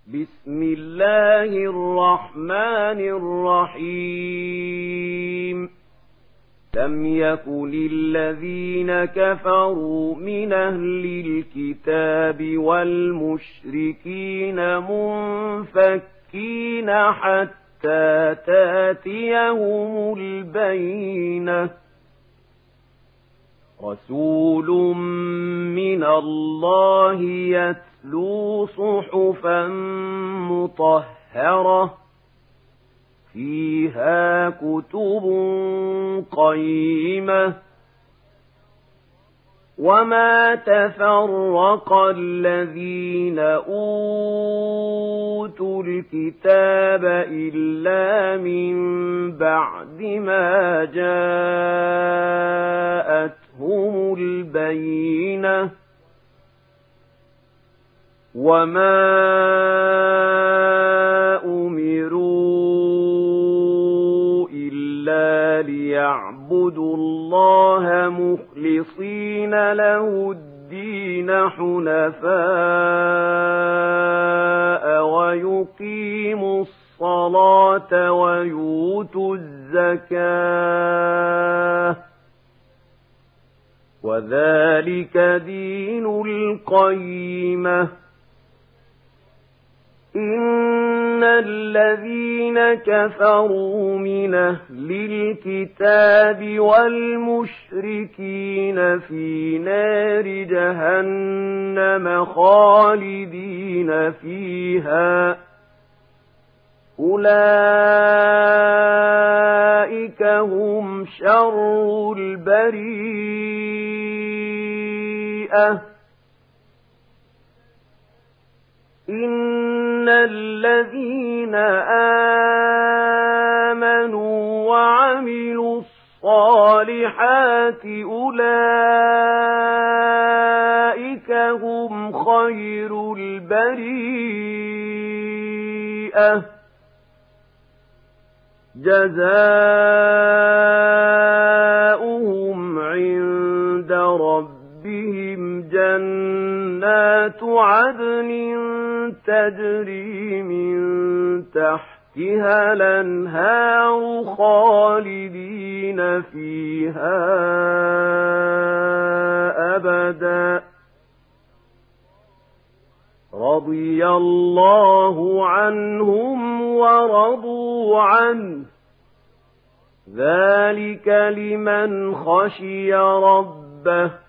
بسم الله الرحمن الرحيم لم يكن الذين كفروا من أهل الكتاب والمشركين منفكين حتى تاتيهم البينة رسول من الله يتلو صحفا مطهرة فيها كتب قيمة وما تفرق الذين أوتوا الكتاب إلا من بعد ما جاءتهم البينة وما أمروا إلا ليعبدوا الله مخلصين له الدين حنفاء ويقيموا الصلاة ويؤتوا الزكاة وذلك دين القيمة إن الذين كفروا من أهل الكتاب والمشركين في نار جهنم خالدين فيها أولئك هم شر البريئة إن الذين آمنوا وعملوا الصالحات أولئك هم خير البريئة جزاؤهم عند ربهم جنات عدن تجري من تحتها الأنهار خالدين فيها أبدا رضي الله عنهم ورضوا عنه ذلك لمن خشي ربه